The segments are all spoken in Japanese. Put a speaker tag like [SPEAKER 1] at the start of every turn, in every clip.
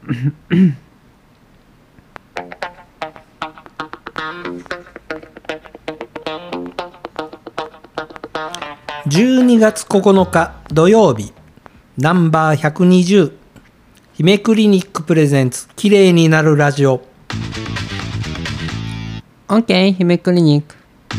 [SPEAKER 1] 12月9日土曜日、ナンバー120、姫クリニックプレゼンツきれいになるラジオ。
[SPEAKER 2] OK 姫クリニック。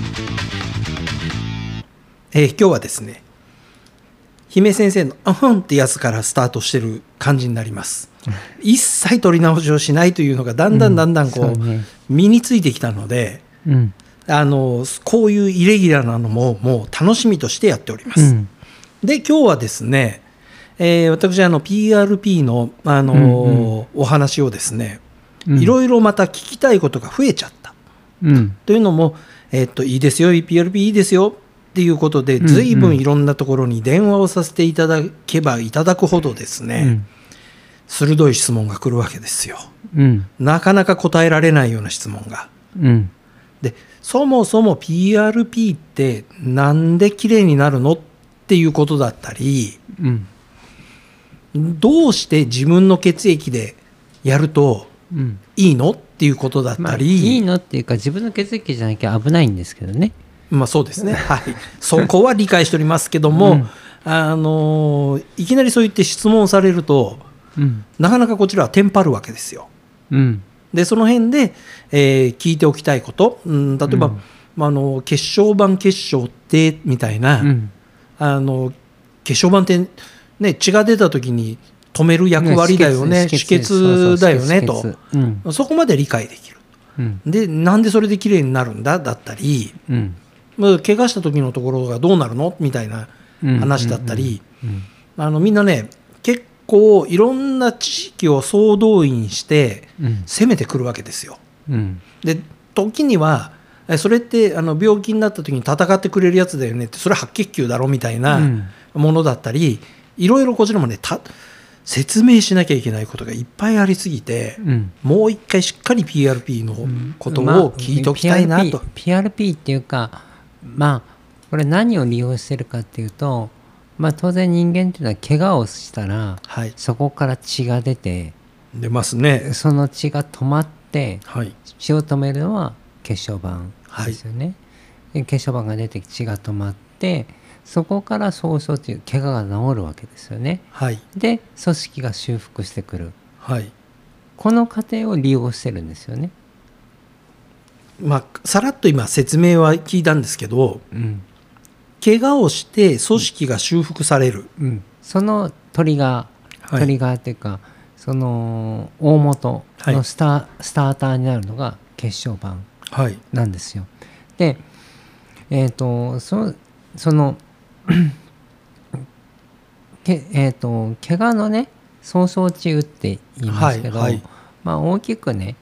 [SPEAKER 1] 今日はですね、姫先生のアフンってやつからスタートしてる感じになります。一切取り直しをしないというのがだんだんこう、身についてきたので、こういうイレギュラーなのももう楽しみとしてやっております。で今日はですね、私PRP の、お話をですね、いろいろまた聞きたいことが増えちゃった、というのも、いいですよ PRP いいですよっていうことで、ずいぶんいろんなところに電話をさせていただけばいただくほどですね、鋭い質問が来るわけですよ。なかなか答えられないような質問が。でそもそも PRP ってなんできれいになるのっていうことだったり、どうして自分の血液でやるといいのっていうことだったり、
[SPEAKER 2] いいのっていうか自分の血液じゃなきゃ危ないんですけどね。
[SPEAKER 1] そうですね、はい、そこは理解しておりますけども、いきなりそう言って質問されると、なかなかこちらはテンパるわけですよ。でその辺で、聞いておきたいこと、例えば、血小板血症ってみたいな、血小板って、ね、血が出た時に止める役割だよね、止血だよねと、そこまで理解できる。でなんでそれできれいになるんだだったり、怪我した時のところがどうなるのみたいな話だったり、みんなね結構いろんな知識を総動員して攻めてくるわけですよ。で時にはそれって病気になった時に戦ってくれるやつだよねって、それは白血球だろみたいなものだったり、いろいろこちらもね説明しなきゃいけないことがいっぱいありすぎて、もう一回しっかり PRP のことを聞いておきたいなと。
[SPEAKER 2] PRP っていうか、これ何を利用してるかっていうと、当然人間っていうのは怪我をしたら、そこから血が出
[SPEAKER 1] 出ますね。
[SPEAKER 2] その血が止まって、血を止めるのは血小板ですよね。血小板が出て血が止まって、そこから創傷という怪我が治るわけですよね。で組織が修復してくる、この過程を利用してるんですよね。
[SPEAKER 1] さらっと今説明は聞いたんですけど、怪我をして組織が修復される、
[SPEAKER 2] そのトリガーというか、その大元のスターターになるのが血小板なんですよ。で、その怪我のね創傷治癒って言いますけど、大きくね、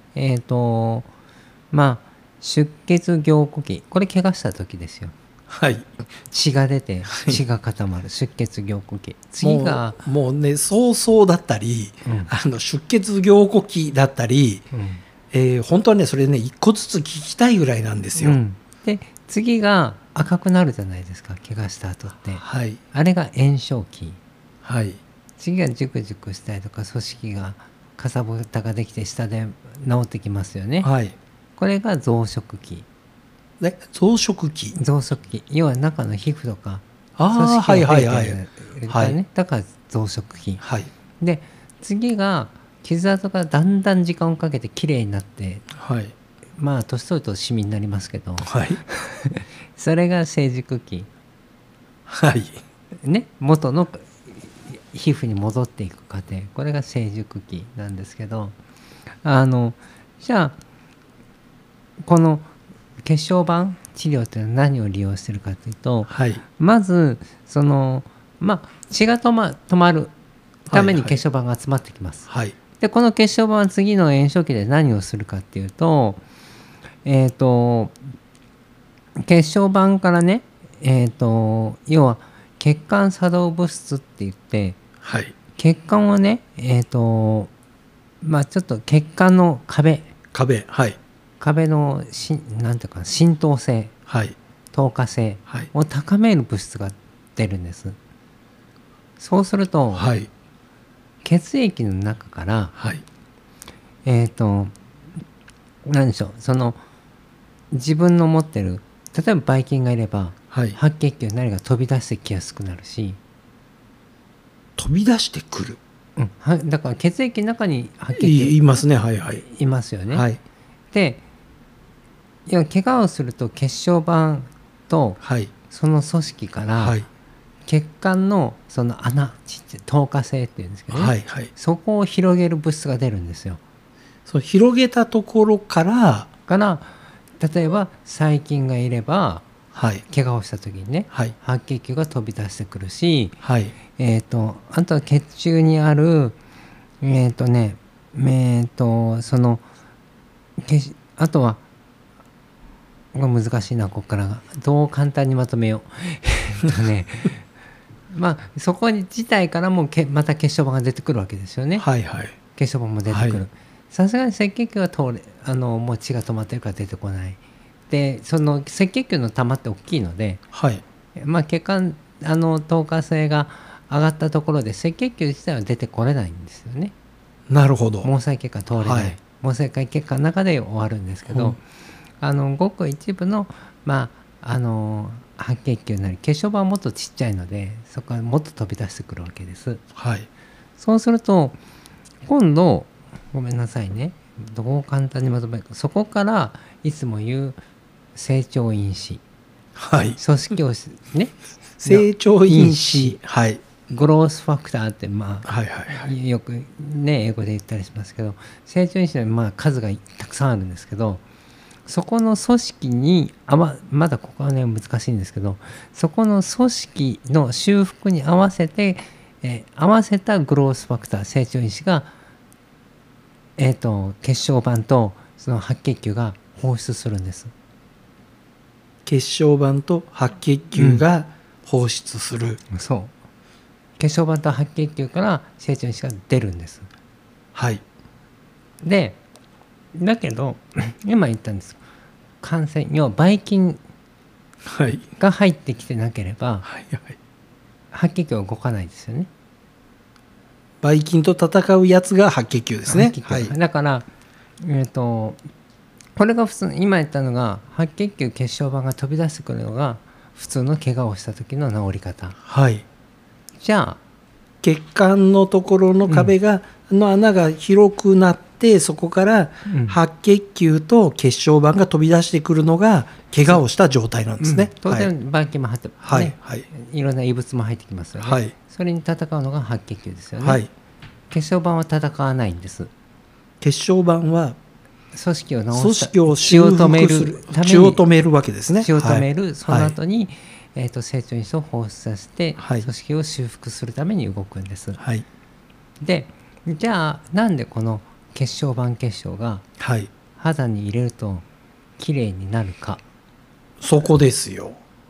[SPEAKER 2] 出血凝固期、これ怪我した時ですよ。血が出て血が固まる出血凝固期。次が
[SPEAKER 1] もうね早々だったり、出血凝固期だったり、本当はねそれね一個ずつ聞きたいぐらいなんですよ。
[SPEAKER 2] で次が赤くなるじゃないですか、怪我した後って、あれが炎症期、次がジュクジュクしたりとか組織がかさぶたができて下で治ってきますよね。これが増殖期。
[SPEAKER 1] 増殖期、
[SPEAKER 2] 要は中の皮膚とか組織が出てるからね、だから増殖期、で次が傷跡がだんだん時間をかけてきれいになって、年取るとシミになりますけど、それが成熟期、元の皮膚に戻っていく過程、これが成熟期なんですけど、じゃあこの血小板治療というのは何を利用しているかというと、まずその、血が止まるために血小板が集まってきます。でこの血小板は次の炎症期で何をするかっていうと、血小板からね、要は血管作動物質って言って、血管をね、ちょっと血管の壁のなんていうか浸透性、透過性を高める物質が出るんです。そうすると、血液の中から何でしょう、その自分の持ってる、例えばばい菌がいれば、
[SPEAKER 1] はい、
[SPEAKER 2] 白血球何か飛び出してきやすくなるし、
[SPEAKER 1] 飛び出してくる、
[SPEAKER 2] だから血液の中に白血球
[SPEAKER 1] いますね。はいはい、
[SPEAKER 2] いますよね。
[SPEAKER 1] はい、
[SPEAKER 2] で、怪我をすると血小板とその組織から、はい、血管のその穴、透過性っていうんですけどね、はいはい、そこを広げる物質が出るんですよ。
[SPEAKER 1] そう広げたところから
[SPEAKER 2] 例えば細菌がいれば、
[SPEAKER 1] はい、
[SPEAKER 2] 怪我をした時にね、はい、白血球が飛び出してくるし、
[SPEAKER 1] はい、
[SPEAKER 2] あとは血中にあるそのあとは難しいな、ここからどう簡単にまとめようまあそこ自体からもまた血小板が出てくるわけですよね。
[SPEAKER 1] はいはい、
[SPEAKER 2] 血小板も出てくる。さすがに赤血球はもう血が止まってるから出てこない。でその赤血球の玉って大きいので、
[SPEAKER 1] はい、
[SPEAKER 2] まあ血管透過性が上がったところで赤血球自体は出てこれないんですよね。
[SPEAKER 1] なるほど。
[SPEAKER 2] 毛細血管通れない、はい、毛細血管の中で終わるんですけど、ごく一部の白血球なり血小板はもっとちっちゃいので、そこからもっと飛び出してくるわけです。
[SPEAKER 1] はい、
[SPEAKER 2] そうすると今度ごめんなさいね、どう簡単にまとめるか、そこからいつも言う成長因子、
[SPEAKER 1] はい、
[SPEAKER 2] 組織をね
[SPEAKER 1] 成長因子、はい、
[SPEAKER 2] グロースファクターって、
[SPEAKER 1] はいはいはい、
[SPEAKER 2] よくね英語で言ったりしますけど、成長因子の数がたくさんあるんですけど、そこの組織にまだここはね難しいんですけど、そこの組織の修復に合わせて、合わせたグロースファクター、成長因子が、血小板とその白血球が放出するんです。
[SPEAKER 1] 血小板と白血球が放出する、
[SPEAKER 2] そう、血小板と白血球から成長因子が出るんです。
[SPEAKER 1] はい。
[SPEAKER 2] でだけど今言ったんです、感染要はばい菌が入ってきてなければ、はいはい、白血球は動かないですよね。
[SPEAKER 1] ばい菌と戦うやつが白血球ですね。
[SPEAKER 2] はい、だから、これが普通、今言ったのが白血球血小板が飛び出してくるのが普通の怪我をした時の治り方。
[SPEAKER 1] はい。
[SPEAKER 2] じゃあ
[SPEAKER 1] 血管のところの壁が、の穴が広くなって、そこから白血球と血小板が飛び出してくるのが怪我をした状態なんですね。
[SPEAKER 2] 当然ばい菌も入ってますね、はいはい、いろんな異物も入ってきますよね、はい、それに戦うのが白血球ですよね、はい、血小板は戦わないんです。
[SPEAKER 1] 血小板は
[SPEAKER 2] 組織を治す、
[SPEAKER 1] 組織を修復するために血を止めるわけですね。
[SPEAKER 2] 血を止める、はい、その後に、成長因子を放出させて、はい、組織を修復するために動くんです、はい、でじゃあなんでこの血小板結晶が肌に入れるときれいになるか、
[SPEAKER 1] そこですよ。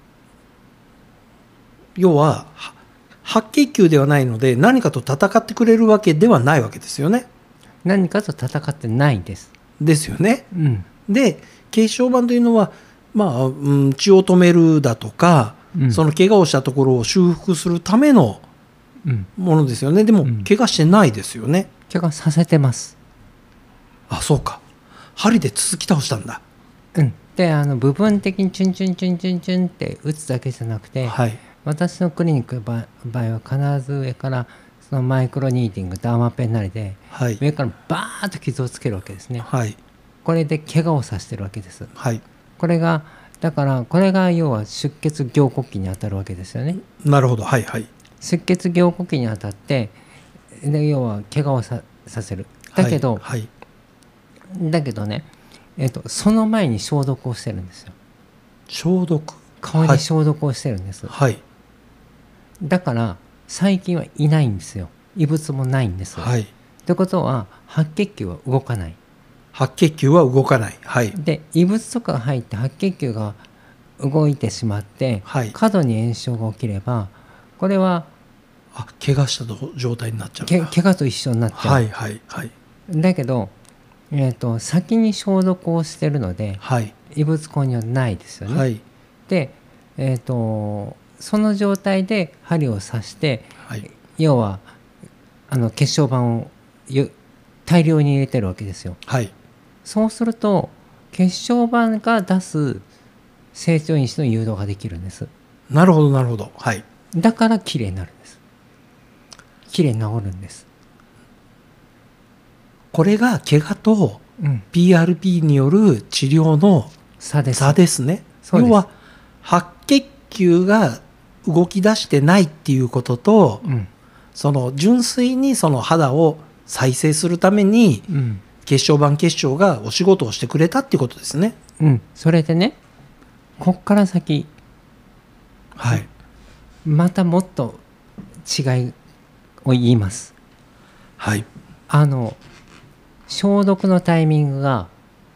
[SPEAKER 1] 要は白血球ではないので何かと戦ってくれるわけではないわけですよね。
[SPEAKER 2] 何かと戦ってないんです
[SPEAKER 1] ですよね、うん、で血小板というのは、血を止めるだとか、その怪我をしたところを修復するためのものですよね。でも、怪我してないですよね。
[SPEAKER 2] 怪我させてます。
[SPEAKER 1] あ、そうか、針で突き倒したんだ。
[SPEAKER 2] で部分的にチュンチュンチュンチュンチュンって打つだけじゃなくて、はい、私のクリニックの場合は必ず上からそのマイクロニーディング、ダーマペンなりで、はい、上からバーッと傷をつけるわけですね、はい、これで怪我をさせてるわけです、はい、これが要は出血凝固期に当たるわけですよね。
[SPEAKER 1] なるほど、はいはい。
[SPEAKER 2] 出血凝固期に当たってで要は怪我をさせる。だけど、はいはい、だけどね、その前に消毒をしてるんですよ。
[SPEAKER 1] 消毒、
[SPEAKER 2] 顔に消毒をしてるんです、はい、だから細菌はいないんですよ。異物もないんです、はい、ってことは白血球は動かない。
[SPEAKER 1] 白血球は動かない、はい、
[SPEAKER 2] で異物とかが入って白血球が動いてしまって、はい、過度に炎症が起きればこれは
[SPEAKER 1] 怪我した状態になっちゃう。
[SPEAKER 2] 怪我と一緒になっちゃう、はいはいはい、だけど、先に消毒をしてるので、はい、異物混入はないですよね、はい、で、その状態で針を刺して、はい、要は血小板を大量に入れてるわけですよ。
[SPEAKER 1] はい、
[SPEAKER 2] そうすると血小板が出す成長因子の誘導ができるんです。
[SPEAKER 1] なるほどなるほど。はい、
[SPEAKER 2] だからきれいになるんです。きれいに治るんです。
[SPEAKER 1] これが怪我と PRP による治療の差ですね。要は白血球が動き出してないっていうことと、その純粋にその肌を再生するために血小板血小がお仕事をしてくれたっていうことですね。
[SPEAKER 2] それでね、こっから先、
[SPEAKER 1] はい、
[SPEAKER 2] またもっと違いを言います。
[SPEAKER 1] はい、
[SPEAKER 2] 消毒のタイミングが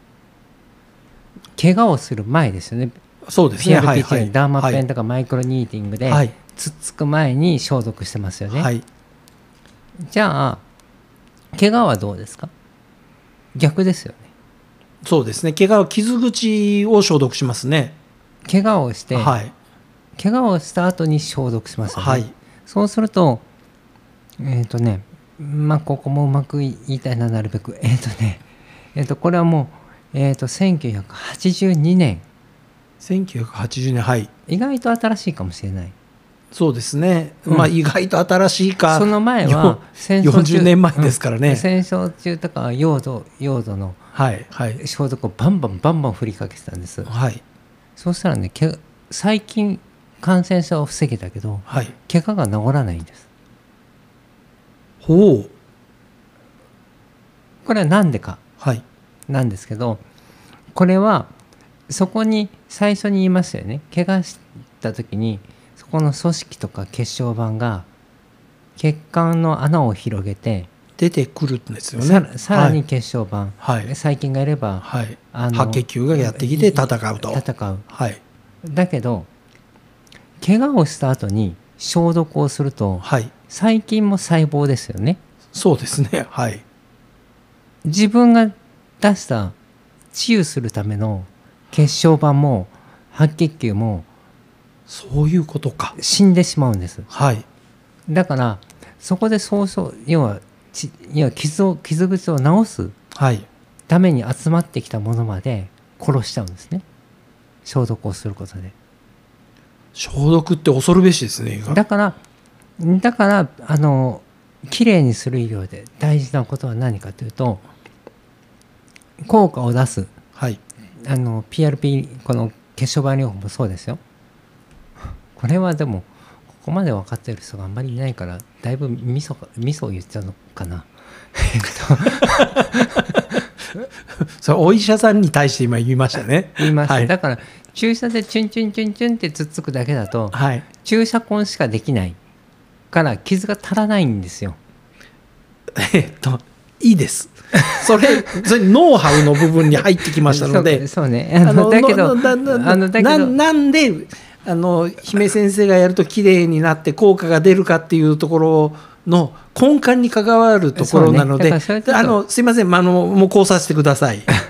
[SPEAKER 2] 怪我をする前ですよね。
[SPEAKER 1] そうですね。
[SPEAKER 2] PRP ってダーマペンとかマイクロニーティングでつっつく前に消毒してますよね。
[SPEAKER 1] はい、
[SPEAKER 2] じゃあ怪我はどうですか？逆ですよね。
[SPEAKER 1] そうですね。怪我は傷口を消毒しますね。
[SPEAKER 2] 怪我をして、
[SPEAKER 1] はい、
[SPEAKER 2] 怪我をした後に消毒しますよね。
[SPEAKER 1] はい、そう
[SPEAKER 2] するとここもうまく言いたいな、なるべくこれはもう、1982年
[SPEAKER 1] 1980年、はい、
[SPEAKER 2] 意外と新しいかもしれない。
[SPEAKER 1] そうですね、意外と新しいか。
[SPEAKER 2] その前は
[SPEAKER 1] 戦争40年前ですからね。
[SPEAKER 2] 戦争中とか用土の消毒をバンバン振りかけてたんです。
[SPEAKER 1] はい、
[SPEAKER 2] そうしたらね、最近感染症を防げたけど、怪我が治らないんです。
[SPEAKER 1] ほう。
[SPEAKER 2] これは何でかなんですけど、これはそこに最初に言いましたよね。怪我した時にそこの組織とか血小板が血管の穴を広げて
[SPEAKER 1] 出てくるんですよね。
[SPEAKER 2] さらに血小板、細菌がいれば、
[SPEAKER 1] 白血球がやってきて戦うと。
[SPEAKER 2] だけど怪我をした後に消毒をすると、細菌も細胞ですよね。
[SPEAKER 1] そうですね。はい。
[SPEAKER 2] 自分が出した治癒するための血小板も白血球も
[SPEAKER 1] そういうことか、
[SPEAKER 2] 死んでしまうんです。
[SPEAKER 1] はい、
[SPEAKER 2] だからそこで要は傷口を治すために集まってきたものまで殺しちゃうんですね、消毒をすることで。
[SPEAKER 1] 消毒って恐るべしですね。
[SPEAKER 2] だからきれいにする医療で大事なことは何かというと、効果を出す、PRP この血小板療法もそうですよ。これはでもここまで分かっている人があんまりいないから、だいぶミソを言っちゃうのかな
[SPEAKER 1] それお医者さんに対して今言いましたね。
[SPEAKER 2] 言いました、だから注射でチュンチュンチュンチュンってつっつくだけだと、注射痕しかできないから傷が足らないんですよ。
[SPEAKER 1] いいですそれノウハウの部分に入ってきましたので
[SPEAKER 2] そうね。だけど
[SPEAKER 1] なんで姫先生がやるときれいになって効果が出るかっていうところの根幹に関わるところなので、すいません、もうこうさせてください